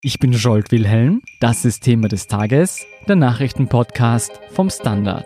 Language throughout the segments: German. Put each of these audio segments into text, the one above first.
Ich bin Scholt Wilhelm, das ist Thema des Tages, der Nachrichtenpodcast vom Standard.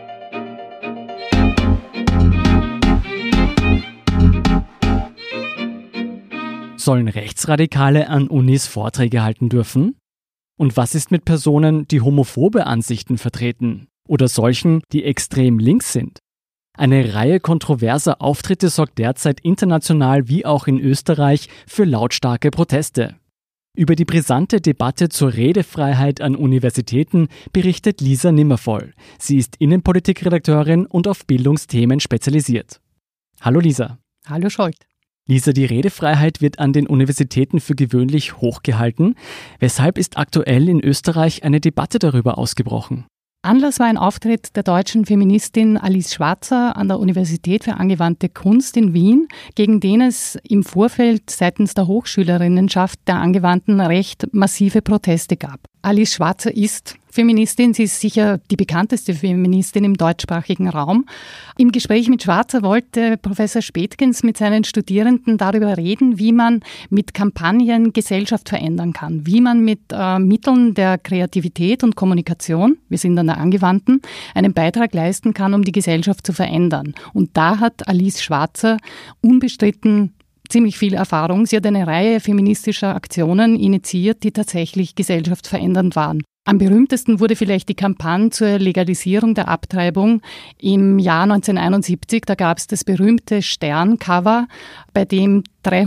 Sollen Rechtsradikale an Unis Vorträge halten dürfen? Und was ist mit Personen, die homophobe Ansichten vertreten? Oder solchen, die extrem links sind? Eine Reihe kontroverser Auftritte sorgt derzeit international wie auch in Österreich für lautstarke Proteste. Über die brisante Debatte zur Redefreiheit an Universitäten berichtet Lisa Nimmervoll. Sie ist Innenpolitikredakteurin und auf Bildungsthemen spezialisiert. Hallo Lisa. Hallo Scholt. Lisa, die Redefreiheit wird an den Universitäten für gewöhnlich hochgehalten. Weshalb ist aktuell in Österreich eine Debatte darüber ausgebrochen? Anlass war ein Auftritt der deutschen Feministin Alice Schwarzer an der Universität für angewandte Kunst in Wien, gegen den es im Vorfeld seitens der Hochschülerinnenschaft der Angewandten recht massive Proteste gab. Alice Schwarzer ist Feministin, sie ist sicher die bekannteste Feministin im deutschsprachigen Raum. Im Gespräch mit Schwarzer wollte Professor Spätkens mit seinen Studierenden darüber reden, wie man mit Kampagnen Gesellschaft verändern kann, wie man mit Mitteln der Kreativität und Kommunikation, wir sind an der Angewandten, einen Beitrag leisten kann, um die Gesellschaft zu verändern. Und da hat Alice Schwarzer unbestritten ziemlich viel Erfahrung. Sie hat eine Reihe feministischer Aktionen initiiert, die tatsächlich gesellschaftsverändernd waren. Am berühmtesten wurde vielleicht die Kampagne zur Legalisierung der Abtreibung im Jahr 1971. Da gab es das berühmte Stern-Cover, bei dem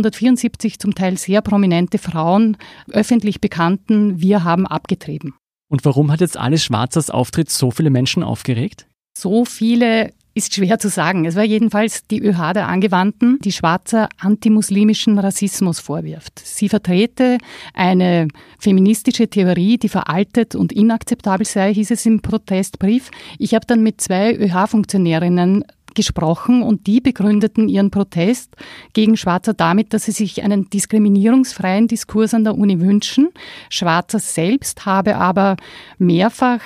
374 zum Teil sehr prominente Frauen öffentlich bekannten, wir haben abgetrieben. Und warum hat jetzt Alice Schwarzers Auftritt so viele Menschen aufgeregt? So viele ist schwer zu sagen. Es war jedenfalls die ÖH der Angewandten, die Schwarzer antimuslimischen Rassismus vorwirft. Sie vertrete eine feministische Theorie, die veraltet und inakzeptabel sei, hieß es im Protestbrief. Ich habe dann mit 2 ÖH-Funktionärinnen gesprochen und die begründeten ihren Protest gegen Schwarzer damit, dass sie sich einen diskriminierungsfreien Diskurs an der Uni wünschen. Schwarzer selbst habe aber mehrfach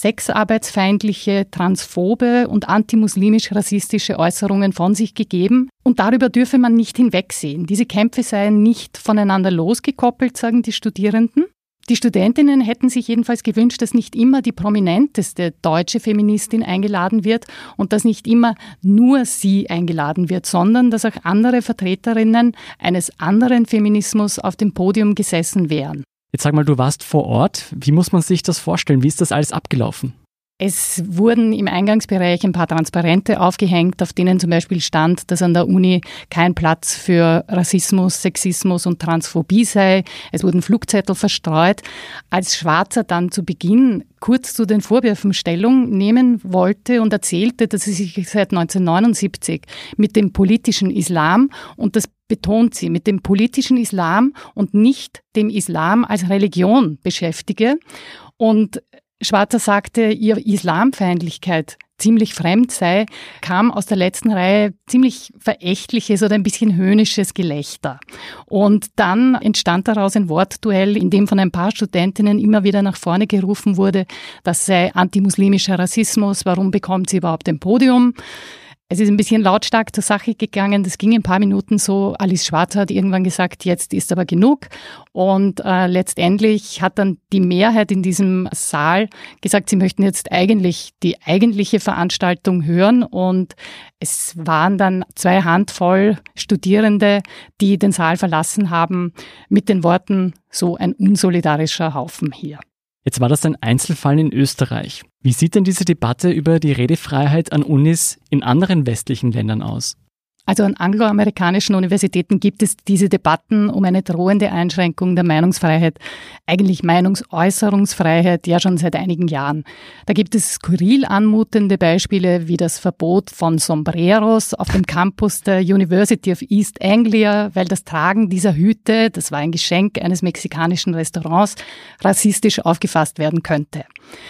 sexarbeitsfeindliche, transphobe und antimuslimisch-rassistische Äußerungen von sich gegeben. Und darüber dürfe man nicht hinwegsehen. Diese Kämpfe seien nicht voneinander losgekoppelt, sagen die Studierenden. Die Studentinnen hätten sich jedenfalls gewünscht, dass nicht immer die prominenteste deutsche Feministin eingeladen wird und dass nicht immer nur sie eingeladen wird, sondern dass auch andere Vertreterinnen eines anderen Feminismus auf dem Podium gesessen wären. Jetzt sag mal, du warst vor Ort. Wie muss man sich das vorstellen? Wie ist das alles abgelaufen? Es wurden im Eingangsbereich ein paar Transparente aufgehängt, auf denen zum Beispiel stand, dass an der Uni kein Platz für Rassismus, Sexismus und Transphobie sei. Es wurden Flugzettel verstreut. Als Schwarzer dann zu Beginn kurz zu den Vorwürfen Stellung nehmen wollte und erzählte, dass sie sich seit 1979 mit dem politischen Islam, und das betont sie, mit dem politischen Islam und nicht dem Islam als Religion beschäftige. Und Schwarzer sagte, ihr Islamfeindlichkeit ziemlich fremd sei, kam aus der letzten Reihe ziemlich verächtliches oder ein bisschen höhnisches Gelächter. Und dann entstand daraus ein Wortduell, in dem von ein paar Studentinnen immer wieder nach vorne gerufen wurde, das sei antimuslimischer Rassismus, warum bekommt sie überhaupt ein Podium? Es ist ein bisschen lautstark zur Sache gegangen, das ging ein paar Minuten so. Alice Schwarzer hat irgendwann gesagt, jetzt ist aber genug. Und letztendlich hat dann die Mehrheit in diesem Saal gesagt, sie möchten jetzt eigentlich die eigentliche Veranstaltung hören. Und es waren dann 2 Handvoll Studierende, die den Saal verlassen haben, mit den Worten, so ein unsolidarischer Haufen hier. Jetzt war das ein Einzelfall in Österreich. Wie sieht denn diese Debatte über die Redefreiheit an Unis in anderen westlichen Ländern aus? Also an angloamerikanischen Universitäten gibt es diese Debatten um eine drohende Einschränkung der Meinungsfreiheit, eigentlich Meinungsäußerungsfreiheit, ja schon seit einigen Jahren. Da gibt es skurril anmutende Beispiele wie das Verbot von Sombreros auf dem Campus der University of East Anglia, weil das Tragen dieser Hüte, das war ein Geschenk eines mexikanischen Restaurants, rassistisch aufgefasst werden könnte.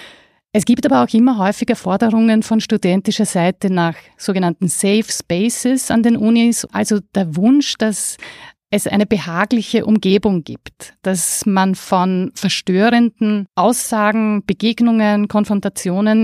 Es gibt aber auch immer häufiger Forderungen von studentischer Seite nach sogenannten Safe Spaces an den Unis, also der Wunsch, dass es eine behagliche Umgebung gibt, dass man von verstörenden Aussagen, Begegnungen, Konfrontationen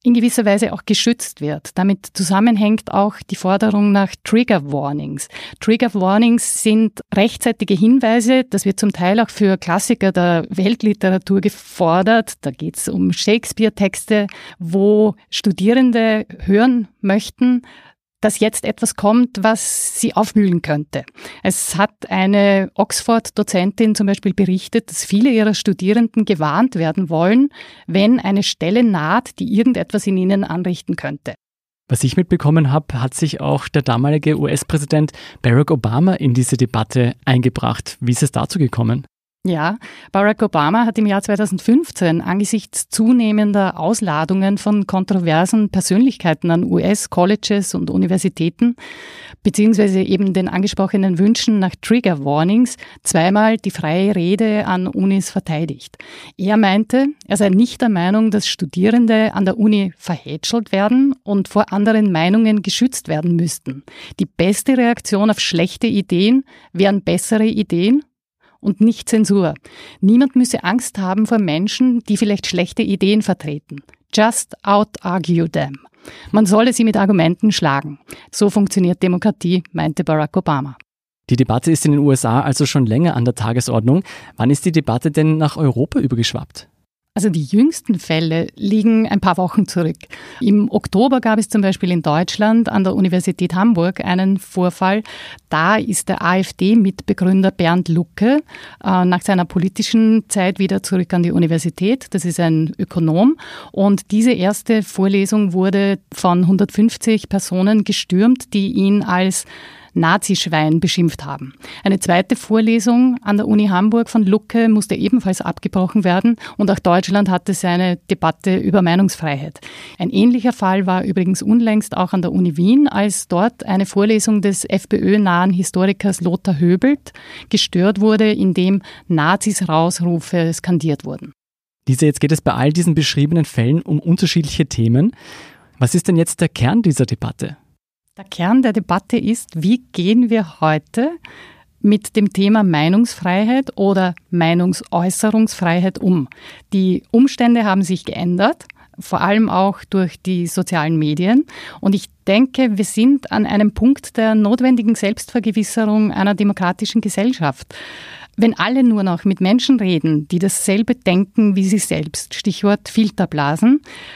in gewisser Weise auch geschützt wird. Damit zusammenhängt auch die Forderung nach Trigger Warnings. Trigger Warnings sind rechtzeitige Hinweise, das wird zum Teil auch für Klassiker der Weltliteratur gefordert. Da geht es um Shakespeare-Texte, wo Studierende hören möchten, dass jetzt etwas kommt, was sie aufwühlen könnte. Es hat eine Oxford-Dozentin zum Beispiel berichtet, dass viele ihrer Studierenden gewarnt werden wollen, wenn eine Stelle naht, die irgendetwas in ihnen anrichten könnte. Was ich mitbekommen habe, hat sich auch der damalige US-Präsident Barack Obama in diese Debatte eingebracht. Wie ist es dazu gekommen? Ja, Barack Obama hat im Jahr 2015 angesichts zunehmender Ausladungen von kontroversen Persönlichkeiten an US-Colleges und Universitäten beziehungsweise eben den angesprochenen Wünschen nach Trigger Warnings zweimal die freie Rede an Unis verteidigt. Er meinte, er sei nicht der Meinung, dass Studierende an der Uni verhätschelt werden und vor anderen Meinungen geschützt werden müssten. Die beste Reaktion auf schlechte Ideen wären bessere Ideen und nicht Zensur. Niemand müsse Angst haben vor Menschen, die vielleicht schlechte Ideen vertreten. Just out-argue them. Man solle sie mit Argumenten schlagen. So funktioniert Demokratie, meinte Barack Obama. Die Debatte ist in den USA also schon länger an der Tagesordnung. Wann ist die Debatte denn nach Europa übergeschwappt? Also die jüngsten Fälle liegen ein paar Wochen zurück. Im Oktober gab es zum Beispiel in Deutschland an der Universität Hamburg einen Vorfall. Da ist der AfD-Mitbegründer Bernd Lucke nach seiner politischen Zeit wieder zurück an die Universität. Das ist ein Ökonom. Und diese erste Vorlesung wurde von 150 Personen gestürmt, die ihn als Nazischwein beschimpft haben. Eine zweite Vorlesung an der Uni Hamburg von Lucke musste ebenfalls abgebrochen werden und auch Deutschland hatte seine Debatte über Meinungsfreiheit. Ein ähnlicher Fall war übrigens unlängst auch an der Uni Wien, als dort eine Vorlesung des FPÖ-nahen Historikers Lothar Höbelt gestört wurde, indem Nazis Rausrufe skandiert wurden. Lisa, jetzt geht es bei all diesen beschriebenen Fällen um unterschiedliche Themen. Was ist denn jetzt der Kern dieser Debatte? Der Kern der Debatte ist, wie gehen wir heute mit dem Thema Meinungsfreiheit oder Meinungsäußerungsfreiheit um? Die Umstände haben sich geändert, vor allem auch durch die sozialen Medien. Und ich denke, wir sind an einem Punkt der notwendigen Selbstvergewisserung einer demokratischen Gesellschaft. Wenn alle nur noch mit Menschen reden, die dasselbe denken wie sie selbst, Stichwort Filterblasen,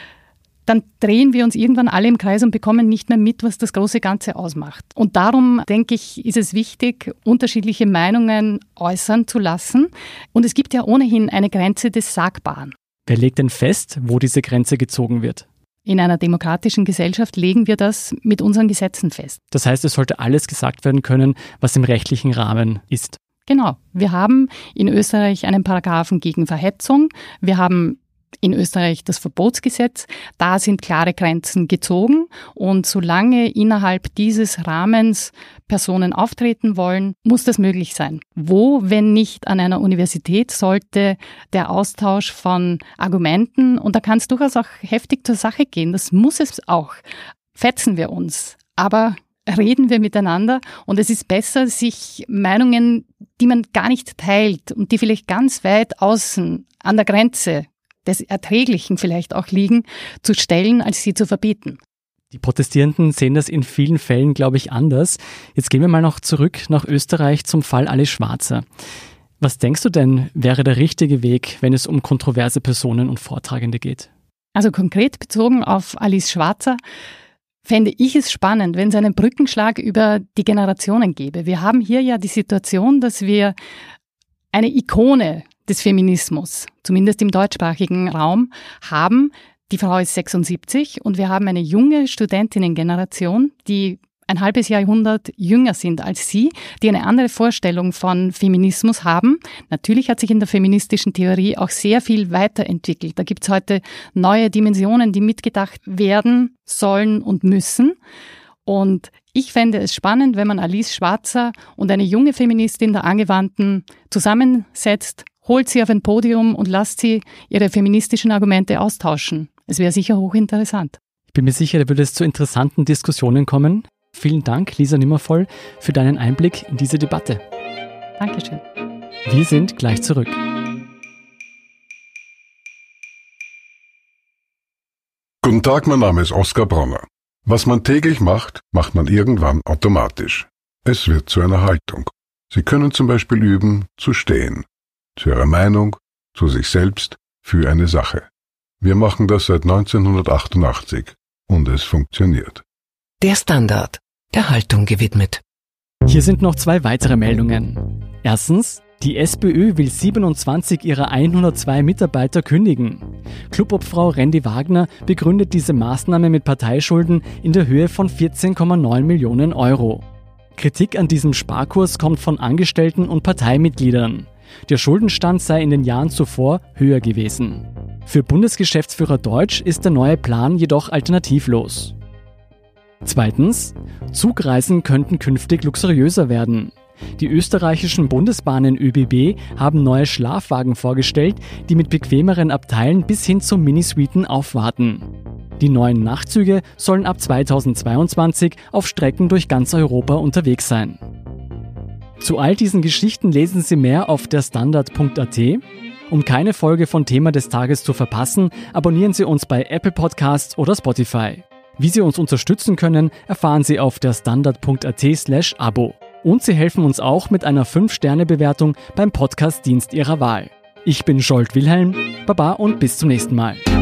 dann drehen wir uns irgendwann alle im Kreis und bekommen nicht mehr mit, was das große Ganze ausmacht. Und darum, denke ich, ist es wichtig, unterschiedliche Meinungen äußern zu lassen. Und es gibt ja ohnehin eine Grenze des Sagbaren. Wer legt denn fest, wo diese Grenze gezogen wird? In einer demokratischen Gesellschaft legen wir das mit unseren Gesetzen fest. Das heißt, es sollte alles gesagt werden können, was im rechtlichen Rahmen ist. Genau. Wir haben in Österreich einen Paragraphen gegen Verhetzung. Wir haben in Österreich das Verbotsgesetz. Da sind klare Grenzen gezogen und solange innerhalb dieses Rahmens Personen auftreten wollen, muss das möglich sein. Wo, wenn nicht an einer Universität, sollte der Austausch von Argumenten, und da kann es durchaus auch heftig zur Sache gehen, das muss es auch, fetzen wir uns, aber reden wir miteinander und es ist besser, sich Meinungen, die man gar nicht teilt und die vielleicht ganz weit außen an der Grenze des Erträglichen vielleicht auch liegen, zu stellen, als sie zu verbieten. Die Protestierenden sehen das in vielen Fällen, glaube ich, anders. Jetzt gehen wir mal noch zurück nach Österreich zum Fall Alice Schwarzer. Was denkst du denn, wäre der richtige Weg, wenn es um kontroverse Personen und Vortragende geht? Also konkret bezogen auf Alice Schwarzer fände ich es spannend, wenn es einen Brückenschlag über die Generationen gäbe. Wir haben hier ja die Situation, dass wir eine Ikone des Feminismus, zumindest im deutschsprachigen Raum, haben. Die Frau ist 76 und wir haben eine junge Studentinnengeneration, die ein halbes Jahrhundert jünger sind als sie, die eine andere Vorstellung von Feminismus haben. Natürlich hat sich in der feministischen Theorie auch sehr viel weiterentwickelt. Da gibt es heute neue Dimensionen, die mitgedacht werden sollen und müssen. Und ich fände es spannend, wenn man Alice Schwarzer und eine junge Feministin der Angewandten zusammensetzt, holt sie auf ein Podium und lasst sie ihre feministischen Argumente austauschen. Es wäre sicher hochinteressant. Ich bin mir sicher, da würde es zu interessanten Diskussionen kommen. Vielen Dank, Lisa Nimmervoll, für deinen Einblick in diese Debatte. Dankeschön. Wir sind gleich zurück. Guten Tag, mein Name ist Oskar Bronner. Was man täglich macht, macht man irgendwann automatisch. Es wird zu einer Haltung. Sie können zum Beispiel üben, zu stehen. Zu Ihrer Meinung, zu sich selbst, für eine Sache. Wir machen das seit 1988 und es funktioniert. Der Standard, der Haltung gewidmet. Hier sind noch 2 weitere Meldungen. Erstens, die SPÖ will 27 ihrer 102 Mitarbeiter kündigen. Clubobfrau Randy Wagner begründet diese Maßnahme mit Parteischulden in der Höhe von 14,9 Millionen Euro. Kritik an diesem Sparkurs kommt von Angestellten und Parteimitgliedern. Der Schuldenstand sei in den Jahren zuvor höher gewesen. Für Bundesgeschäftsführer Deutsch ist der neue Plan jedoch alternativlos. Zweitens, Zugreisen könnten künftig luxuriöser werden. Die österreichischen Bundesbahnen ÖBB haben neue Schlafwagen vorgestellt, die mit bequemeren Abteilen bis hin zu Minisuiten aufwarten. Die neuen Nachtzüge sollen ab 2022 auf Strecken durch ganz Europa unterwegs sein. Zu all diesen Geschichten lesen Sie mehr auf derstandard.at. Um keine Folge von Thema des Tages zu verpassen, abonnieren Sie uns bei Apple Podcasts oder Spotify. Wie Sie uns unterstützen können, erfahren Sie auf derstandard.at/Abo. Und Sie helfen uns auch mit einer 5-Sterne-Bewertung beim Podcast-Dienst Ihrer Wahl. Ich bin Scholt Wilhelm, Baba und bis zum nächsten Mal.